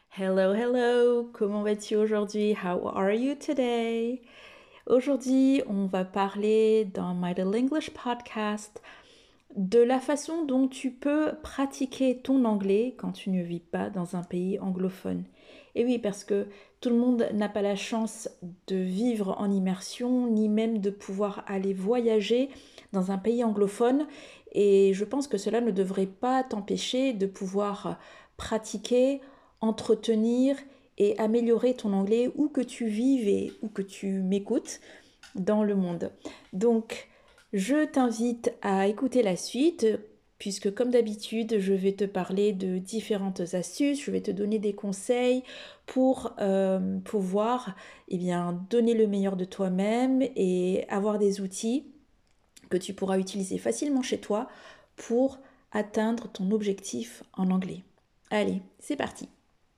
Hello, hello, comment vas-tu aujourd'hui? How are you today? Aujourd'hui, on va parler dans My Little English Podcast de la façon dont tu peux pratiquer ton anglais quand tu ne vis pas dans un pays anglophone. Et oui, parce que tout le monde n'a pas la chance de vivre en immersion, ni même de pouvoir aller voyager dans un pays anglophone. Et je pense que cela ne devrait pas t'empêcher de pouvoir pratiquer, entretenir et améliorer ton anglais où que tu vives et où que tu m'écoutes dans le monde. Donc, je t'invite à écouter la suite, puisque comme d'habitude, je vais te parler de différentes astuces, je vais te donner des conseils pour pouvoir donner le meilleur de toi-même et avoir des outils que tu pourras utiliser facilement chez toi pour atteindre ton objectif en anglais. Allez, c'est parti.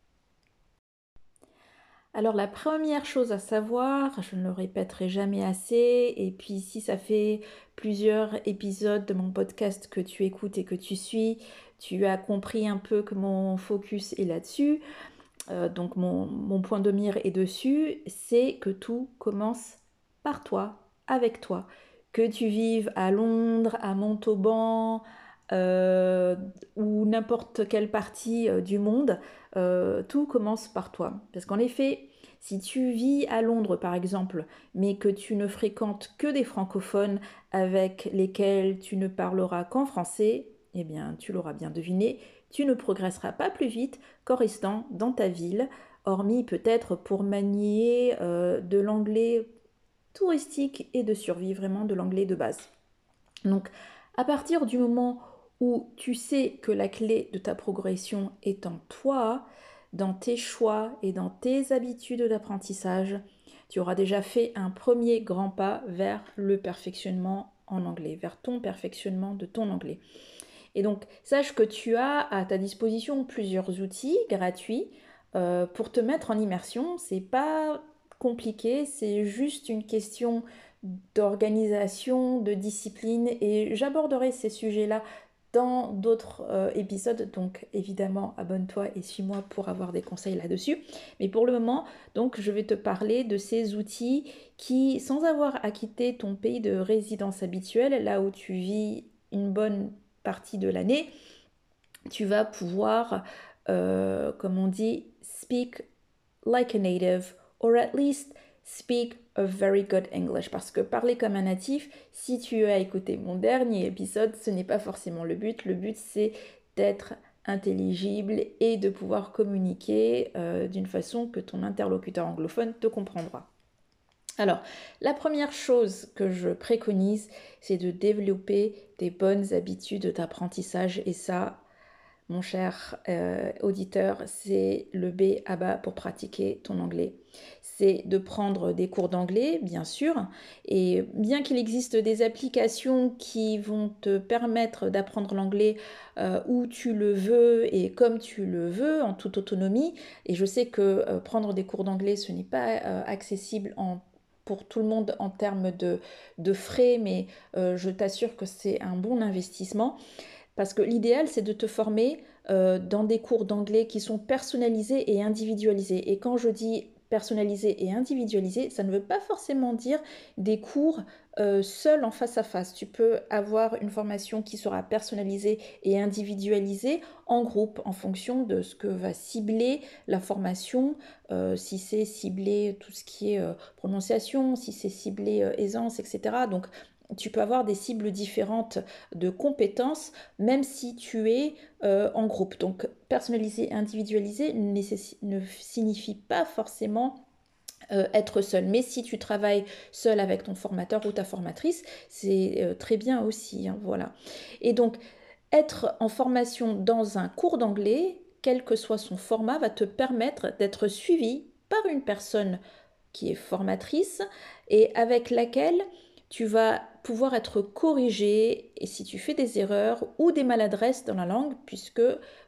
Alors la première chose à savoir, je ne le répéterai jamais assez, et puis si ça fait plusieurs épisodes de mon podcast que tu écoutes et que tu suis, tu as compris un peu que mon focus est là-dessus, donc mon point de mire est dessus, c'est que tout commence par toi, avec toi. Que tu vives à Londres, à Montauban, euh, ou n'importe quelle partie du monde, tout commence par toi. Parce qu'en effet, si tu vis à Londres par exemple, mais que tu ne fréquentes que des francophones avec lesquels tu ne parleras qu'en français, eh bien tu l'auras bien deviné, tu ne progresseras pas plus vite qu'en restant dans ta ville, hormis peut-être pour manier de l'anglais touristique et de survie, vraiment de l'anglais de base. Donc, à partir du moment où tu sais que la clé de ta progression est en toi, dans tes choix et dans tes habitudes d'apprentissage, tu auras déjà fait un premier grand pas vers le perfectionnement en anglais, vers ton perfectionnement de ton anglais. Et donc, sache que tu as à ta disposition plusieurs outils gratuits pour te mettre en immersion. C'est pas compliqué, c'est juste une question d'organisation, de discipline. Et j'aborderai ces sujets-là dans d'autres épisodes. Donc, évidemment, abonne-toi et suis-moi pour avoir des conseils là-dessus. Mais pour le moment, donc, je vais te parler de ces outils qui, sans avoir à quitter ton pays de résidence habituel, là où tu vis une bonne partie de l'année, tu vas pouvoir, comme on dit, speak like a native, or at least speak a very good English. Parce que parler comme un natif, si tu as écouté mon dernier épisode, ce n'est pas forcément le but. Le but, c'est d'être intelligible et de pouvoir communiquer d'une façon que ton interlocuteur anglophone te comprendra. Alors, la première chose que je préconise, c'est de développer des bonnes habitudes d'apprentissage. Et ça, mon cher auditeur, c'est le B à bas pour pratiquer ton anglais. C'est de prendre des cours d'anglais, bien sûr, et bien qu'il existe des applications qui vont te permettre d'apprendre l'anglais où tu le veux et comme tu le veux, en toute autonomie, et je sais que prendre des cours d'anglais, ce n'est pas accessible pour tout le monde en termes de frais, mais je t'assure que c'est un bon investissement. Parce que l'idéal, c'est de te former dans des cours d'anglais qui sont personnalisés et individualisés. Et quand je dis personnalisé et individualisé, ça ne veut pas forcément dire des cours seuls en face à face. Tu peux avoir une formation qui sera personnalisée et individualisée en groupe en fonction de ce que va cibler la formation, si c'est ciblé tout ce qui est prononciation, si c'est ciblé aisance, etc. Donc tu peux avoir des cibles différentes de compétences, même si tu es en groupe. Donc, personnalisé, individualisé ne signifie pas forcément être seul. Mais si tu travailles seul avec ton formateur ou ta formatrice, c'est très bien aussi. Hein, voilà. Et donc, être en formation dans un cours d'anglais, quel que soit son format, va te permettre d'être suivi par une personne qui est formatrice et avec laquelle tu vas pouvoir être corrigé et si tu fais des erreurs ou des maladresses dans la langue, puisque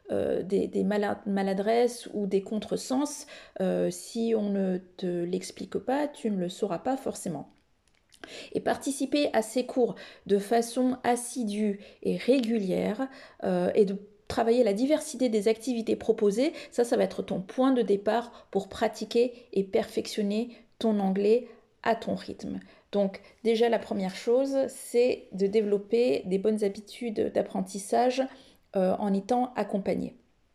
des maladresses ou des contresens, si on ne te l'explique pas, tu ne le sauras pas forcément. Et participer à ces cours de façon assidue et régulière et de travailler la diversité des activités proposées, ça va être ton point de départ pour pratiquer et perfectionner ton anglais à ton rythme. Donc déjà la première chose, c'est de développer des bonnes habitudes d'apprentissage en étant accompagné.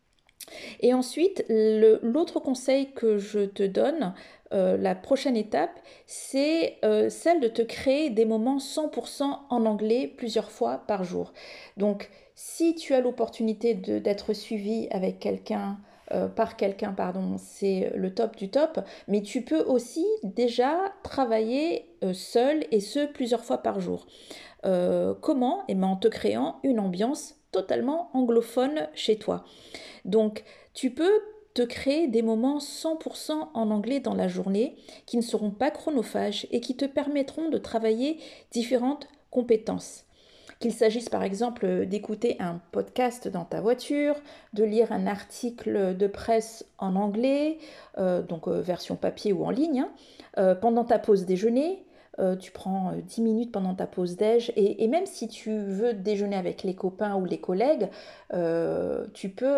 Et ensuite, l'autre conseil que je te donne, la prochaine étape, c'est celle de te créer des moments 100% en anglais plusieurs fois par jour. Donc, si tu as l'opportunité d'être suivi avec quelqu'un, par quelqu'un, pardon, c'est le top du top, mais tu peux aussi déjà travailler seul et ce plusieurs fois par jour. Comment? Eh bien, en te créant une ambiance totalement anglophone chez toi. Donc, tu peux te créer des moments 100% en anglais dans la journée qui ne seront pas chronophages et qui te permettront de travailler différentes compétences. Qu'il s'agisse par exemple d'écouter un podcast dans ta voiture, de lire un article de presse en anglais, donc version papier ou en ligne, pendant ta pause déjeuner. Tu prends 10 minutes pendant ta pause déj et même si tu veux déjeuner avec les copains ou les collègues, tu peux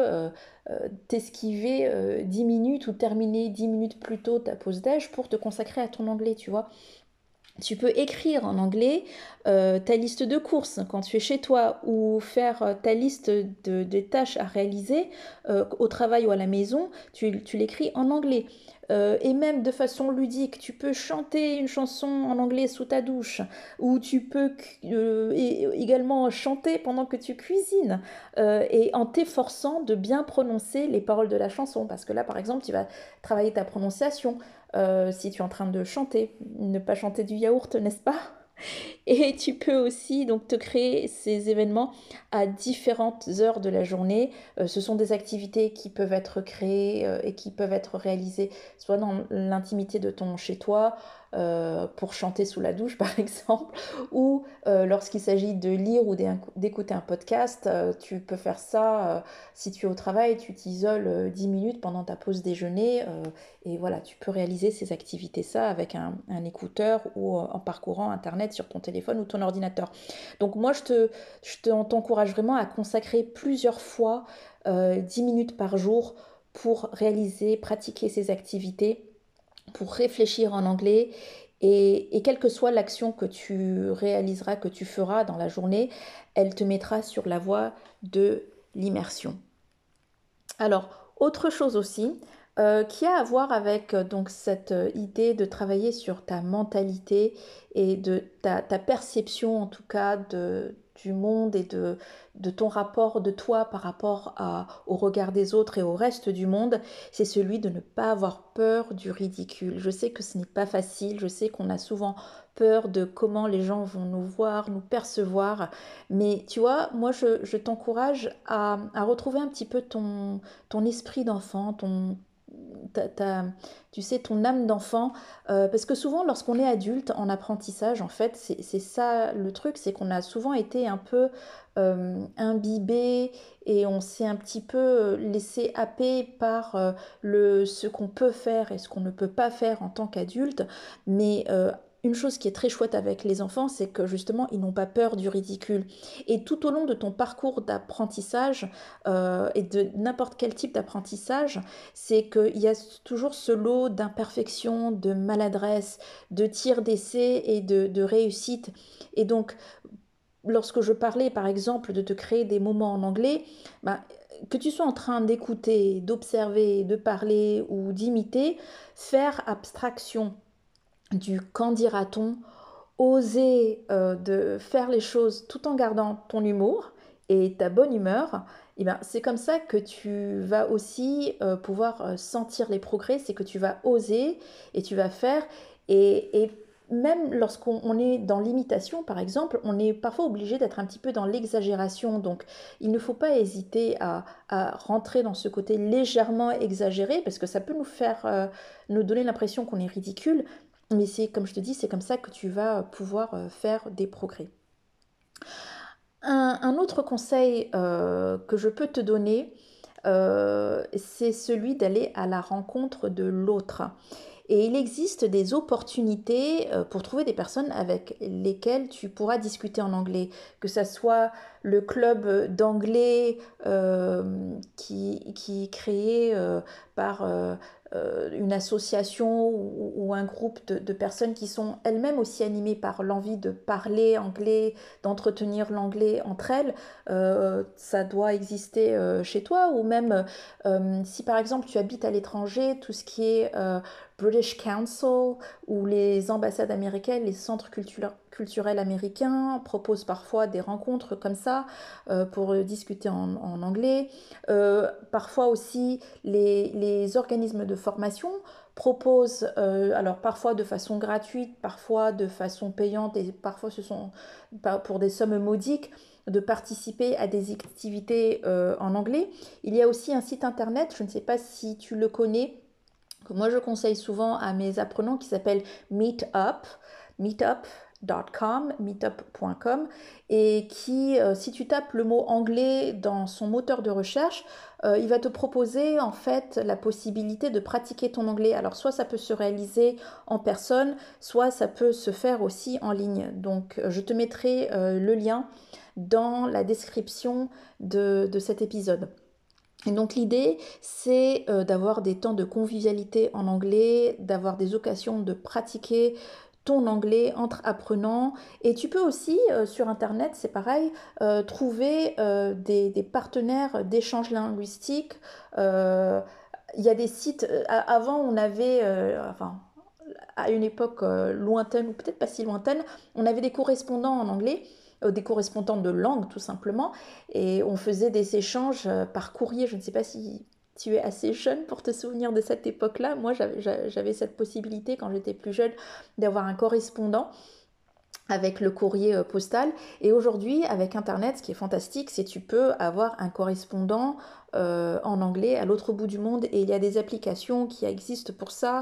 t'esquiver 10 minutes ou terminer 10 minutes plus tôt ta pause déj pour te consacrer à ton anglais, tu vois. Tu peux écrire en anglais ta liste de courses quand tu es chez toi ou faire ta liste des tâches à réaliser au travail ou à la maison, tu l'écris en anglais. Et même de façon ludique, tu peux chanter une chanson en anglais sous ta douche ou tu peux également chanter pendant que tu cuisines et en t'efforçant de bien prononcer les paroles de la chanson parce que là par exemple tu vas travailler ta prononciation. Si tu es en train de chanter, ne pas chanter du yaourt, n'est-ce pas? Et tu peux aussi donc te créer ces événements à différentes heures de la journée. Ce sont des activités qui peuvent être créées et qui peuvent être réalisées soit dans l'intimité de ton chez-toi, pour chanter sous la douche par exemple, ou lorsqu'il s'agit de lire ou d'écouter un podcast, tu peux faire ça si tu es au travail, tu t'isoles 10 minutes pendant ta pause déjeuner et voilà, tu peux réaliser ces activités ça avec un écouteur ou en parcourant internet sur ton téléphone ou ton ordinateur. Donc moi t'encourage vraiment à consacrer plusieurs fois 10 minutes par jour pour réaliser, pratiquer ces activités, pour réfléchir en anglais et quelle que soit l'action que tu réaliseras, que tu feras dans la journée, elle te mettra sur la voie de l'immersion. Alors, autre chose aussi, qui a à voir avec donc cette idée de travailler sur ta mentalité et de ta perception en tout cas du monde et de ton rapport de toi par rapport au regard des autres et au reste du monde, c'est celui de ne pas avoir peur du ridicule. Je sais que ce n'est pas facile, je sais qu'on a souvent peur de comment les gens vont nous voir, nous percevoir, mais tu vois, moi je t'encourage à retrouver un petit peu ton esprit d'enfant, tu sais, ton âme d'enfant, parce que souvent lorsqu'on est adulte en apprentissage, en fait, c'est ça le truc, c'est qu'on a souvent été un peu imbibé et on s'est un petit peu laissé happer par ce qu'on peut faire et ce qu'on ne peut pas faire en tant qu'adulte, mais une chose qui est très chouette avec les enfants, c'est que justement, ils n'ont pas peur du ridicule. Et tout au long de ton parcours d'apprentissage, et de n'importe quel type d'apprentissage, c'est qu'il y a toujours ce lot d'imperfections, de maladresse, de tirs d'essai et de réussite. Et donc, lorsque je parlais par exemple de te créer des moments en anglais, bah, que tu sois en train d'écouter, d'observer, de parler ou d'imiter, faire abstraction du qu'en dira-t-on, oser de faire les choses tout en gardant ton humour et ta bonne humeur, et ben, c'est comme ça que tu vas aussi pouvoir sentir les progrès, c'est que tu vas oser et tu vas faire et même lorsqu'on est dans l'imitation, par exemple, on est parfois obligé d'être un petit peu dans l'exagération. Donc, il ne faut pas hésiter à rentrer dans ce côté légèrement exagéré, parce que ça peut nous donner l'impression qu'on est ridicule. Mais c'est, comme je te dis, c'est comme ça que tu vas pouvoir faire des progrès. Un autre conseil que je peux te donner, c'est celui d'aller à la rencontre de l'autre. Et il existe des opportunités pour trouver des personnes avec lesquelles tu pourras discuter en anglais, que ça soit le club d'anglais qui est créé par une association ou un groupe de personnes qui sont elles-mêmes aussi animées par l'envie de parler anglais, d'entretenir l'anglais entre elles. Ça doit exister chez toi, ou même si par exemple tu habites à l'étranger, tout ce qui est British Council ou les ambassades américaines, les centres culturels américains proposent parfois des rencontres comme ça pour discuter en anglais. Parfois aussi, les organismes de formation proposent, alors parfois de façon gratuite, parfois de façon payante, et parfois ce sont pour des sommes modiques, de participer à des activités en anglais. Il y a aussi un site internet, je ne sais pas si tu le connais, que moi je conseille souvent à mes apprenants, qui s'appelle Meetup, meetup.com, et qui, si tu tapes le mot anglais dans son moteur de recherche, il va te proposer en fait la possibilité de pratiquer ton anglais. Alors soit ça peut se réaliser en personne, soit ça peut se faire aussi en ligne. Donc je te mettrai le lien dans la description de cet épisode. Et donc l'idée, c'est d'avoir des temps de convivialité en anglais, d'avoir des occasions de pratiquer ton anglais entre apprenants. Et tu peux aussi, sur Internet, c'est pareil, trouver des partenaires d'échange linguistique. Il y a des sites, avant on avait, enfin, à une époque lointaine, ou peut-être pas si lointaine, on avait des correspondants en anglais, des correspondants de langue tout simplement, et on faisait des échanges par courrier. Je ne sais pas si tu es assez jeune pour te souvenir de cette époque-là. Moi, j'avais cette possibilité quand j'étais plus jeune d'avoir un correspondant avec le courrier postal. Et aujourd'hui, avec Internet, ce qui est fantastique, c'est que tu peux avoir un correspondant en anglais à l'autre bout du monde. Et il y a des applications qui existent pour ça,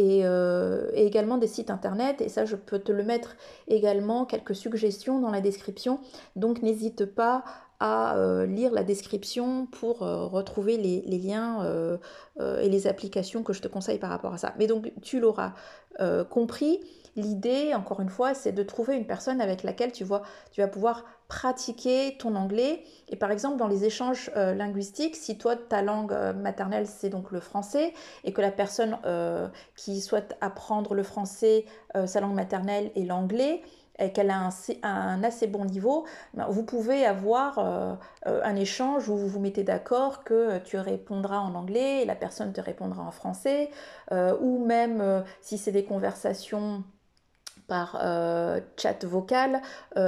et également des sites Internet. Et ça, je peux te le mettre également, quelques suggestions dans la description. Donc, n'hésite pas à lire la description pour retrouver les liens et les applications que je te conseille par rapport à ça. Mais donc, tu l'auras compris. L'idée, encore une fois, c'est de trouver une personne avec laquelle tu vas pouvoir pratiquer ton anglais. Et par exemple, dans les échanges linguistiques, si toi, ta langue maternelle, c'est donc le français, et que la personne qui souhaite apprendre le français, sa langue maternelle, est l'anglais, et qu'elle a un assez bon niveau, ben, vous pouvez avoir un échange où vous vous mettez d'accord que tu répondras en anglais et la personne te répondra en français, ou même si c'est des conversations par chat vocal,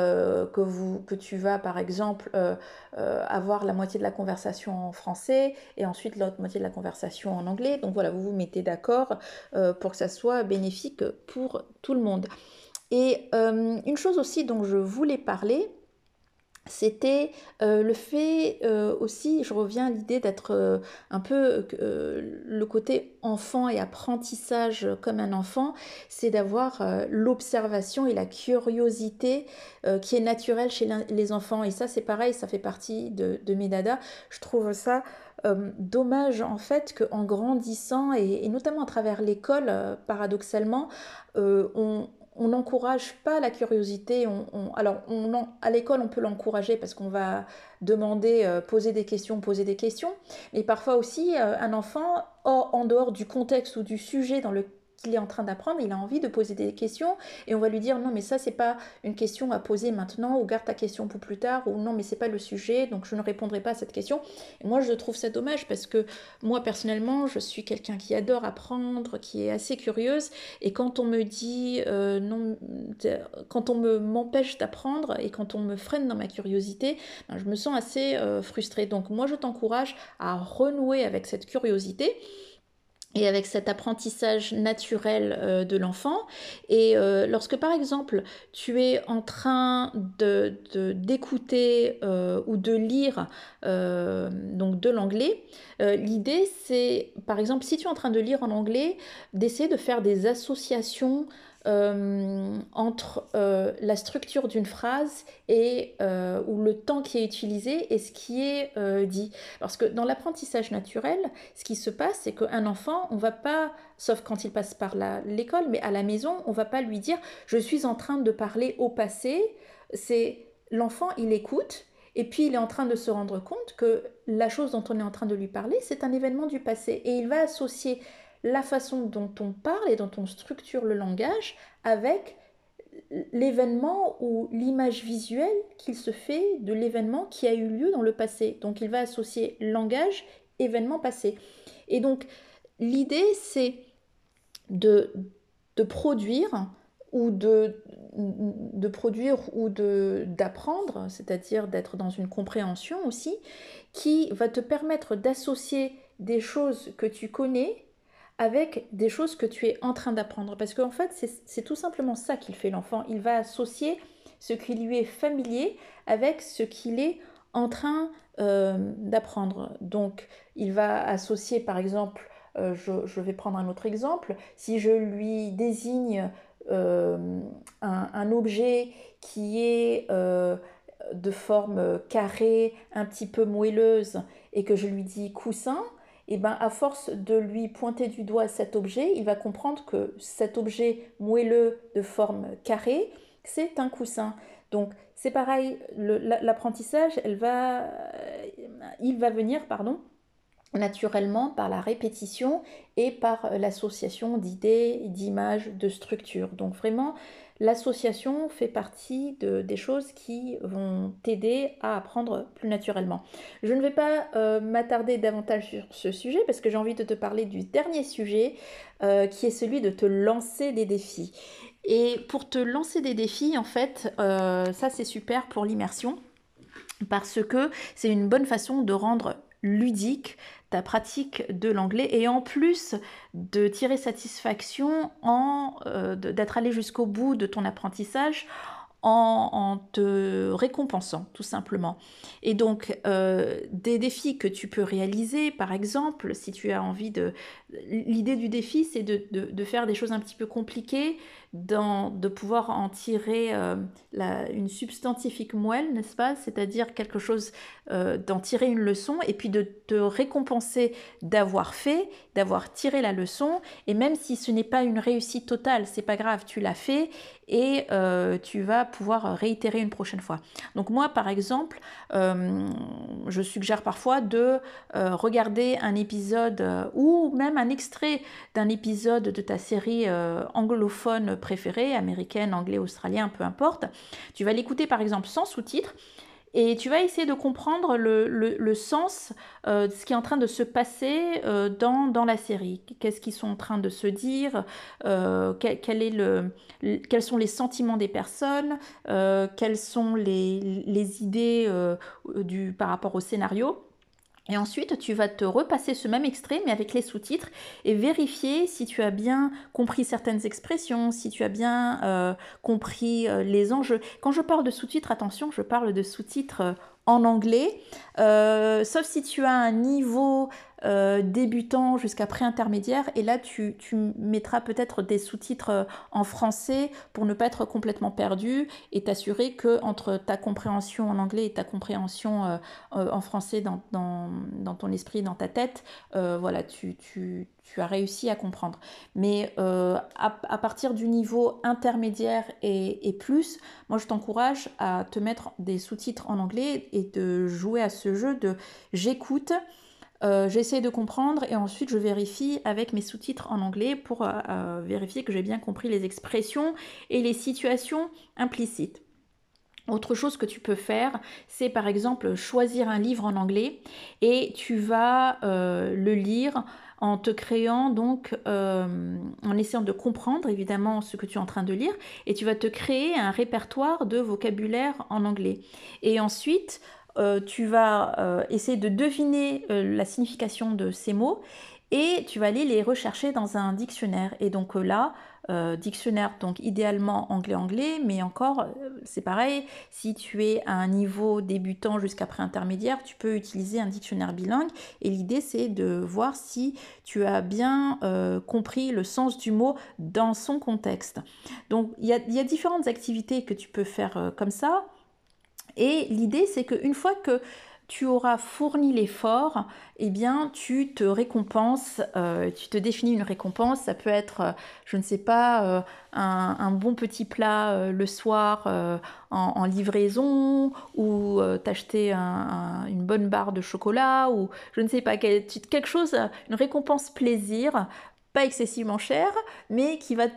que tu vas par exemple avoir la moitié de la conversation en français et ensuite l'autre moitié de la conversation en anglais. Donc voilà, vous vous mettez d'accord pour que ça soit bénéfique pour tout le monde. Et une chose aussi dont je voulais parler, c'était le fait aussi, je reviens à l'idée d'être un peu le côté enfant et apprentissage comme un enfant, c'est d'avoir l'observation et la curiosité qui est naturelle chez les enfants. Et ça, c'est pareil, ça fait partie de mes dadas. Je trouve ça dommage en fait qu'en grandissant, et notamment à travers l'école, paradoxalement, on n'encourage pas la curiosité. À l'école, on peut l'encourager parce qu'on va demander, poser des questions. Mais parfois aussi, un enfant, en dehors du contexte ou du sujet dans lequel il est en train d'apprendre, il a envie de poser des questions, et on va lui dire non mais ça c'est pas une question à poser maintenant, ou garde ta question pour plus tard, ou non mais c'est pas le sujet donc je ne répondrai pas à cette question. Et moi je trouve ça dommage, parce que moi personnellement je suis quelqu'un qui adore apprendre, qui est assez curieuse, et quand on me dit non, quand on m'empêche d'apprendre et quand on me freine dans ma curiosité, ben, je me sens assez frustrée. Donc moi je t'encourage à renouer avec cette curiosité et avec cet apprentissage naturel de l'enfant. Et lorsque par exemple tu es en train d'écouter ou de lire donc de l'anglais, l'idée c'est par exemple, si tu es en train de lire en anglais, d'essayer de faire des associations entre la structure d'une phrase et ou le temps qui est utilisé et ce qui est dit. Parce que dans l'apprentissage naturel, ce qui se passe, c'est qu'un enfant, on va pas, sauf quand il passe par l'école, mais à la maison, on va pas lui dire je suis en train de parler au passé. C'est l'enfant, il écoute. Et puis il est en train de se rendre compte que la chose dont on est en train de lui parler, c'est un événement du passé. Et il va associer la façon dont on parle et dont on structure le langage avec l'événement ou l'image visuelle qu'il se fait de l'événement qui a eu lieu dans le passé. Donc il va associer langage, événement passé. Et donc l'idée, c'est de, de produire ou d'apprendre, c'est-à-dire d'être dans une compréhension aussi, qui va te permettre d'associer des choses que tu connais avec des choses que tu es en train d'apprendre. Parce qu'en fait, c'est tout simplement ça qu'il fait l'enfant. Il va associer ce qui lui est familier avec ce qu'il est en train d'apprendre. Donc, il va associer, par exemple, je vais prendre un autre exemple, si je lui désigne un objet qui est de forme carrée, un petit peu moelleuse, et que je lui dis coussin, et ben à force de lui pointer du doigt cet objet, il va comprendre que cet objet moelleux de forme carrée, c'est un coussin. Donc c'est pareil, l'apprentissage, il va venir, pardon, naturellement par la répétition et par l'association d'idées, d'images, de structures. Donc vraiment, l'association fait partie des choses qui vont t'aider à apprendre plus naturellement. Je ne vais pas m'attarder davantage sur ce sujet parce que j'ai envie de te parler du dernier sujet qui est celui de te lancer des défis. Et pour te lancer des défis, en fait, ça c'est super pour l'immersion parce que c'est une bonne façon de rendre ludique ta pratique de l'anglais et en plus de tirer satisfaction d'être allé jusqu'au bout de ton apprentissage en te récompensant tout simplement. Et donc des défis que tu peux réaliser, par exemple, si tu as envie l'idée du défi, c'est de faire des choses un petit peu compliquées, de pouvoir en tirer une substantifique moelle, n'est-ce pas? C'est-à-dire quelque chose, d'en tirer une leçon et puis de te récompenser d'avoir fait, d'avoir tiré la leçon, et même si ce n'est pas une réussite totale, c'est pas grave, tu l'as fait et tu vas pouvoir réitérer une prochaine fois. Donc moi, par exemple, je suggère parfois de regarder un épisode ou même un extrait d'un épisode de ta série anglophone préférée, américaine, anglais, australien, peu importe. Tu vas l'écouter par exemple sans sous-titres et tu vas essayer de comprendre le sens de ce qui est en train de se passer dans la série. Qu'est-ce qu'ils sont en train de se dire, quels sont les sentiments des personnes, quelles sont les idées par rapport au scénario. Et ensuite, tu vas te repasser ce même extrait, mais avec les sous-titres, et vérifier si tu as bien compris certaines expressions, si tu as bien compris les enjeux. Quand je parle de sous-titres, attention, je parle de sous-titres en anglais, sauf si tu as un niveau débutant jusqu'à pré-intermédiaire, et là tu mettras peut-être des sous-titres en français pour ne pas être complètement perdu et t'assurer que entre ta compréhension en anglais et ta compréhension en français dans ton esprit, dans ta tête, voilà, tu as réussi à comprendre. Mais à partir du niveau intermédiaire et plus, moi je t'encourage à te mettre des sous-titres en anglais et de jouer à ce jeu de j'écoute, j'essaie de comprendre et ensuite je vérifie avec mes sous-titres en anglais pour vérifier que j'ai bien compris les expressions et les situations implicites. Autre chose que tu peux faire, c'est par exemple choisir un livre en anglais et tu vas le lire en te créant donc, en essayant de comprendre évidemment ce que tu es en train de lire, et tu vas te créer un répertoire de vocabulaire en anglais. Et ensuite, tu vas essayer de deviner la signification de ces mots et tu vas aller les rechercher dans un dictionnaire. Et donc là, dictionnaire, donc idéalement anglais-anglais, mais encore, c'est pareil, si tu es à un niveau débutant jusqu'après intermédiaire, tu peux utiliser un dictionnaire bilingue. Et l'idée, c'est de voir si tu as bien compris le sens du mot dans son contexte. Donc, il y a différentes activités que tu peux faire comme ça. Et l'idée, c'est qu'une fois que tu auras fourni l'effort, eh bien, tu te récompenses, tu te définis une récompense. Ça peut être, je ne sais pas, un bon petit plat le soir en livraison, ou t'acheter une bonne barre de chocolat, ou je ne sais pas, quelque chose, une récompense plaisir, pas excessivement cher, mais qui va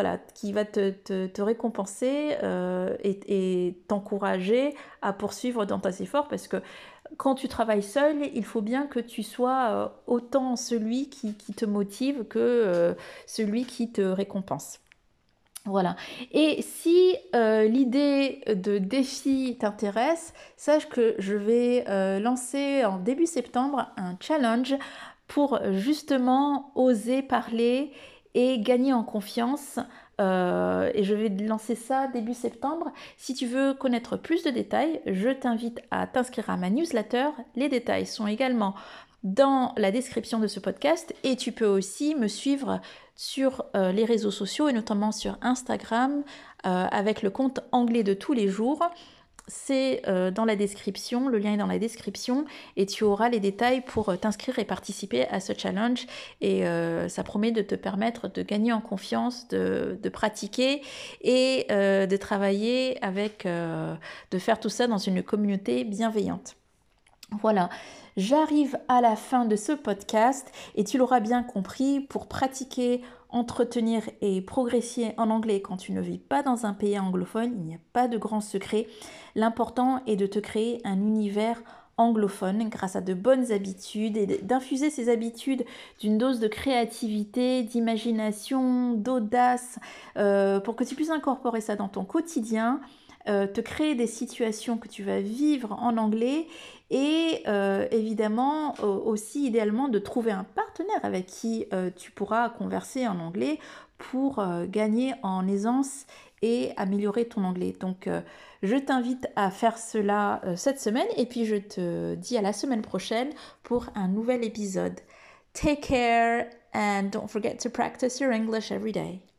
te récompenser et t'encourager à poursuivre dans tes efforts, parce que quand tu travailles seul, il faut bien que tu sois autant celui qui te motive que celui qui te récompense. Voilà. Et si l'idée de défi t'intéresse, sache que je vais lancer en début septembre un challenge pour justement oser parler et gagner en confiance. Et je vais lancer ça début septembre. Si tu veux connaître plus de détails, je t'invite à t'inscrire à ma newsletter. Les détails sont également dans la description de ce podcast, et tu peux aussi me suivre sur les réseaux sociaux et notamment sur Instagram avec le compte anglais de tous les jours. C'est dans la description, le lien est dans la description, et tu auras les détails pour t'inscrire et participer à ce challenge. Et ça promet de te permettre de gagner en confiance, de pratiquer et de travailler avec, de faire tout ça dans une communauté bienveillante. Voilà, j'arrive à la fin de ce podcast, et tu l'auras bien compris, pour pratiquer, entretenir et progresser en anglais quand tu ne vis pas dans un pays anglophone, il n'y a pas de grand secret. L'important est de te créer un univers anglophone grâce à de bonnes habitudes, et d'infuser ces habitudes d'une dose de créativité, d'imagination, d'audace, pour que tu puisses incorporer ça dans ton quotidien. Te créer des situations que tu vas vivre en anglais, et évidemment aussi idéalement de trouver un partenaire avec qui tu pourras converser en anglais pour gagner en aisance et améliorer ton anglais. Donc je t'invite à faire cela cette semaine, et puis je te dis à la semaine prochaine pour un nouvel épisode. Take care and don't forget to practice your English every day.